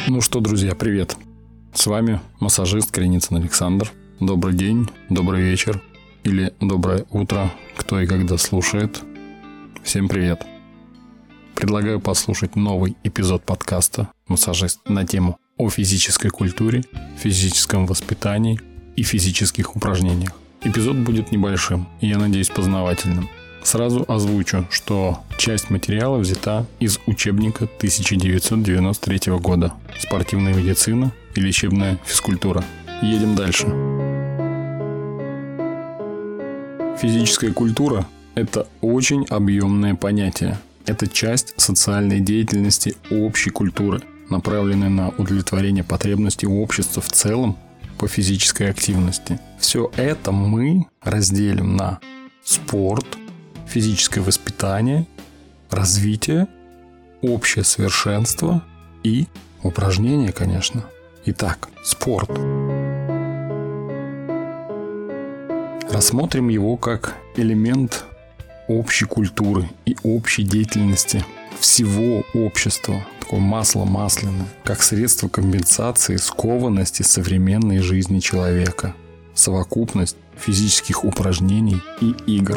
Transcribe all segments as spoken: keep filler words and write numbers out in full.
Ну что, друзья, привет! С вами массажист Креницын Александр. Добрый день, добрый вечер или доброе утро, кто и когда слушает. Всем привет! Предлагаю послушать новый эпизод подкаста «Массажист» на тему о физической культуре, физическом воспитании и физических упражнениях. Эпизод будет небольшим и, я надеюсь, познавательным. Сразу озвучу, что часть материала взята из учебника тысяча девятьсот девяносто третьего года «Спортивная медицина и лечебная физкультура». Едем дальше. Физическая культура – это очень объемное понятие. Это часть социальной деятельности общей культуры, направленная на удовлетворение потребностей общества в целом по физической активности. Все это мы разделим на спорт, физическое воспитание, развитие, общее совершенство и упражнения, конечно. Итак, спорт. Рассмотрим его как элемент общей культуры и общей деятельности всего общества. Такое масло масляное, как средство компенсации скованности современной жизни человека. Совокупность физических упражнений и игр.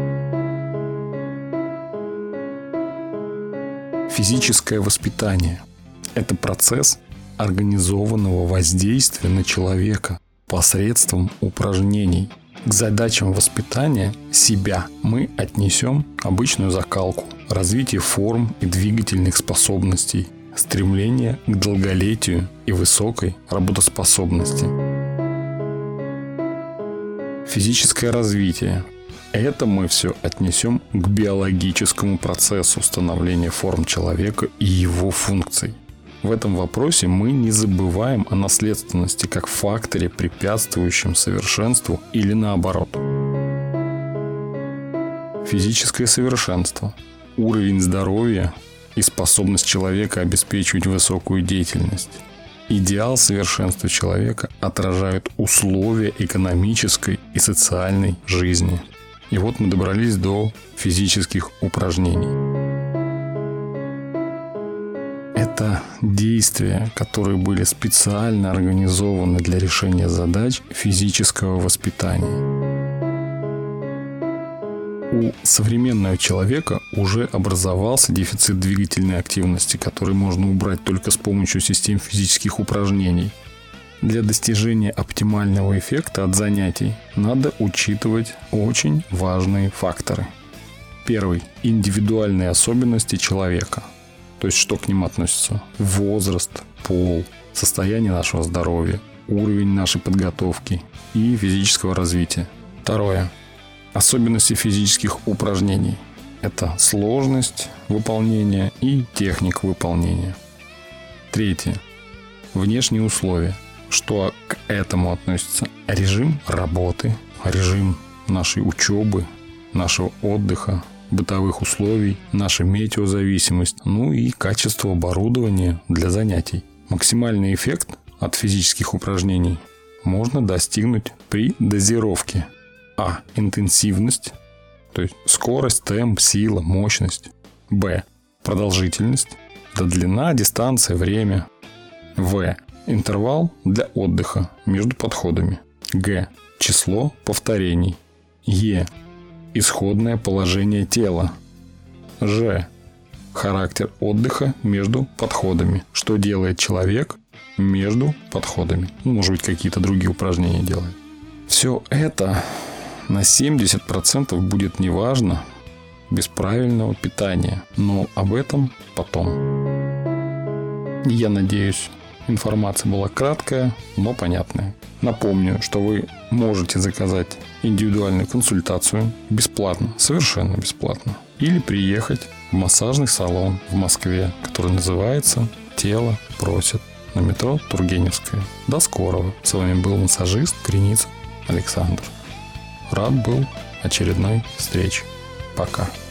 Физическое воспитание – это процесс организованного воздействия на человека посредством упражнений. К задачам воспитания себя мы отнесем обычную закалку, развитие форм и двигательных способностей, стремление к долголетию и высокой работоспособности. Физическое развитие. Это мы все отнесем к биологическому процессу становления форм человека и его функций. В этом вопросе мы не забываем о наследственности как факторе, препятствующем совершенству или наоборот. Физическое совершенство, уровень здоровья и способность человека обеспечивать высокую деятельность. Идеал совершенства человека отражают условия экономической и социальной жизни. И вот мы добрались до физических упражнений. Это действия, которые были специально организованы для решения задач физического воспитания. У современного человека уже образовался дефицит двигательной активности, который можно убрать только с помощью систем физических упражнений. Для достижения оптимального эффекта от занятий надо учитывать очень важные факторы. Первый – индивидуальные особенности человека. То есть, что к ним относится? Возраст, пол, состояние нашего здоровья, уровень нашей подготовки и физического развития. Второе. Особенности физических упражнений. Это сложность выполнения и техника выполнения. Третье. Внешние условия. Что к этому относится? Режим работы, режим нашей учебы, нашего отдыха, бытовых условий, наша метеозависимость, ну и качество оборудования для занятий. Максимальный эффект от физических упражнений можно достигнуть при дозировке. А. Интенсивность, то есть скорость, темп, сила, мощность. Б. Продолжительность, это длина, дистанция, время. В. Интервал для отдыха между подходами. Г. Число повторений. Е. Исходное положение тела. Ж. Характер отдыха между подходами. Что делает человек между подходами. Ну, может быть, какие-то другие упражнения делает. Все это на семьдесят процентов будет неважно без правильного питания. Но об этом потом. Я надеюсь, информация была краткая, но понятная. Напомню, что вы можете заказать индивидуальную консультацию бесплатно, совершенно бесплатно. Или приехать в массажный салон в Москве, который называется «Тело просит», на метро Тургеневская. До скорого. С вами был массажист Креницын Александр. Рад был очередной встрече. Пока.